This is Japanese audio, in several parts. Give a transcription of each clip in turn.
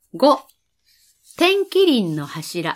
5、天気林の柱。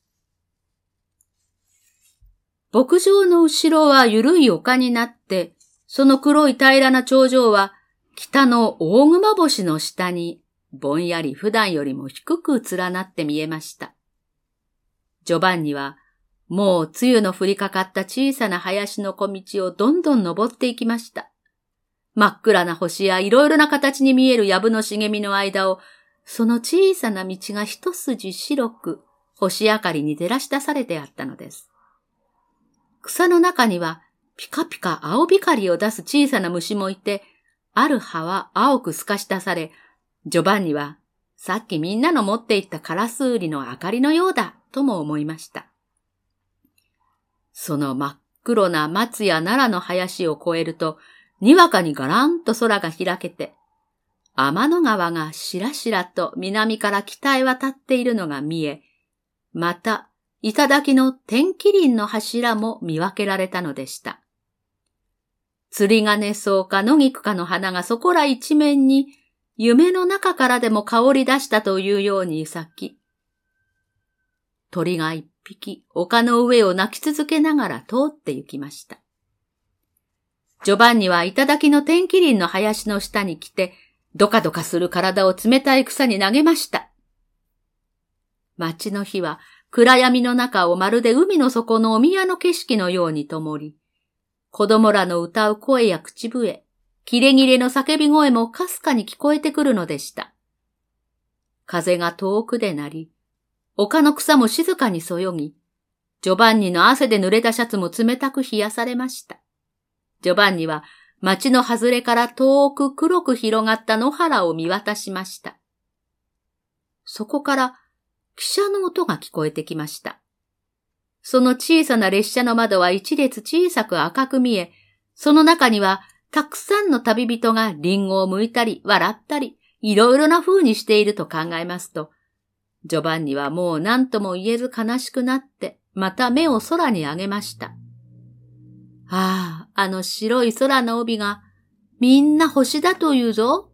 牧場の後ろは緩い丘になって、その黒い平らな頂上は北の大熊星の下にぼんやり普段よりも低く連なって見えました。ジョバンニはもう梅雨の降りかかった小さな林の小道をどんどん登っていきました。真っ暗な星やいろいろな形に見える藪の茂みの間を、その小さな道が一筋白く星明かりに照らし出されてあったのです。草の中にはピカピカ青光を出す小さな虫もいて、ある葉は青く透かし出され、ジョバンニはさっきみんなの持っていったカラスウリの明かりのようだとも思いました。その真っ黒な松や奈良の林を越えると、にわかにガランと空が開けて、天の川がしらしらと南から北へ渡っているのが見え、また、頂の天気林の柱も見分けられたのでした。釣り鐘草か野菊かの花がそこら一面に、夢の中からでも香り出したというように咲き、鳥が一匹丘の上を鳴き続けながら通って行きました。ジョバンニは頂の天気林の林の下に来て、ドカドカする体を冷たい草に投げました。街の火は暗闇の中をまるで海の底のお宮の景色のように灯り、子供らの歌う声や口笛、キレキレの叫び声もかすかに聞こえてくるのでした。風が遠くで鳴り、丘の草も静かにそよぎ、ジョバンニの汗で濡れたシャツも冷たく冷やされました。ジョバンニは町の外れから遠く黒く広がった野原を見渡しました。そこから汽車の音が聞こえてきました。その小さな列車の窓は一列小さく赤く見え、その中にはたくさんの旅人がリンゴを剥いたり笑ったり、いろいろな風にしていると考えますと、ジョバンニはもう何とも言えず悲しくなって、また目を空に上げました。ああ、あの白い空の帯がみんな星だというぞ。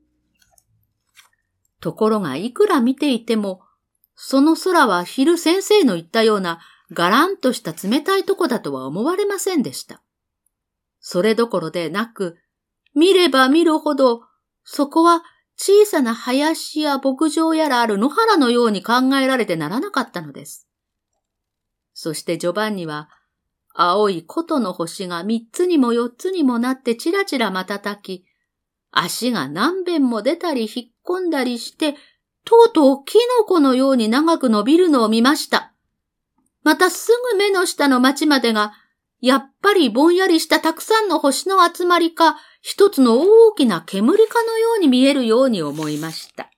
ところがいくら見ていても、その空は昼先生の言ったようなガランとした冷たいとこだとは思われませんでした。それどころでなく、見れば見るほど、そこは小さな林や牧場やらある野原のように考えられてならなかったのです。そしてジョバンニは、青い琴の星が3つにも4つにもなってちらちら瞬き、足が何遍も出たり引っ込んだりして、とうとうキノコのように長く伸びるのを見ました。またすぐ目の下の町までが、やっぱりぼんやりしたたくさんの星の集まりか、一つの大きな煙かのように見えるように思いました。